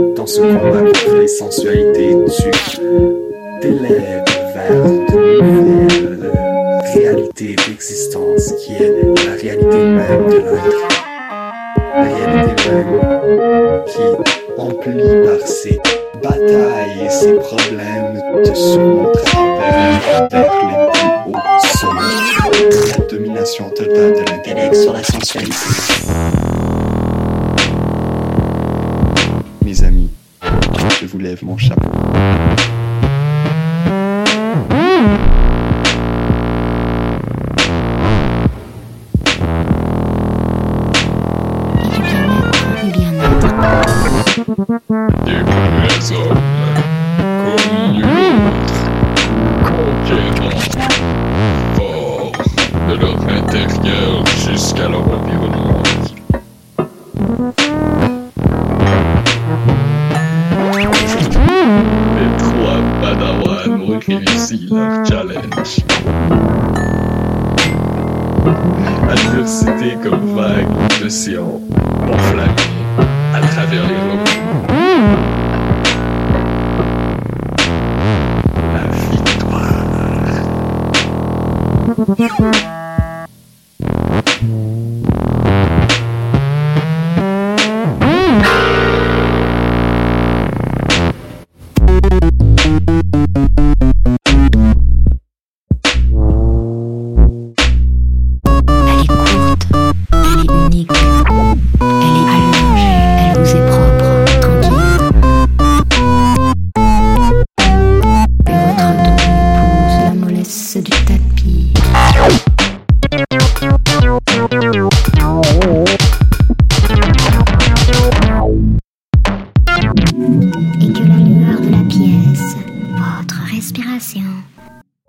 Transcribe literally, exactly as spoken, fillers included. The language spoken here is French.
dans ce combat contre les sensualités, tu t'élèves vers de nouvelles réalités d'existence qui est la réalité même de l'être. La réalité même qui, emplie par ses batailles et ses problèmes, te surmontera vers, vers les plus hauts sommets. La domination totale de l'intellect sur la sensualité. Mes amis, je vous lève mon chapeau. Et que les hommes, comme nul autre, conquérants, forts de leur intérieur jusqu'à leur environnement. Les trois Padawans ont réussi leur challenge. Adversité comme vague d'océan enflammée à travers les rocs. La victoire. Du tapis. Et que la lueur de la pièce, votre respiration.